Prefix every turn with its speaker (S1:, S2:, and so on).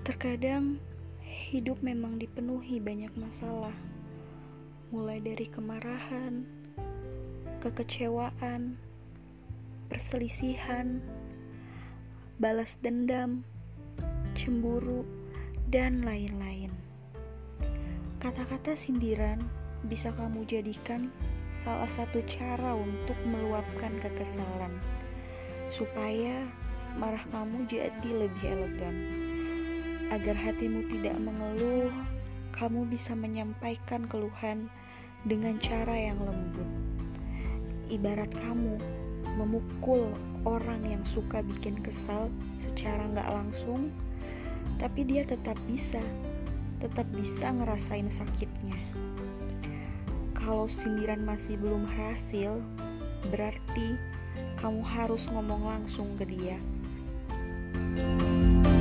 S1: Terkadang hidup memang dipenuhi banyak masalah, mulai dari kemarahan, kekecewaan, perselisihan, balas dendam, cemburu, dan lain-lain. Kata-kata sindiran bisa kamu jadikan salah satu cara untuk meluapkan kekesalan, supaya marah kamu jadi lebih elegan. Agar hatimu tidak mengeluh, kamu bisa menyampaikan keluhan dengan cara yang lembut. Ibarat kamu memukul orang yang suka bikin kesal secara gak langsung, tapi dia tetap bisa ngerasain sakitnya. Kalau sindiran masih belum berhasil, berarti kamu harus ngomong langsung ke dia.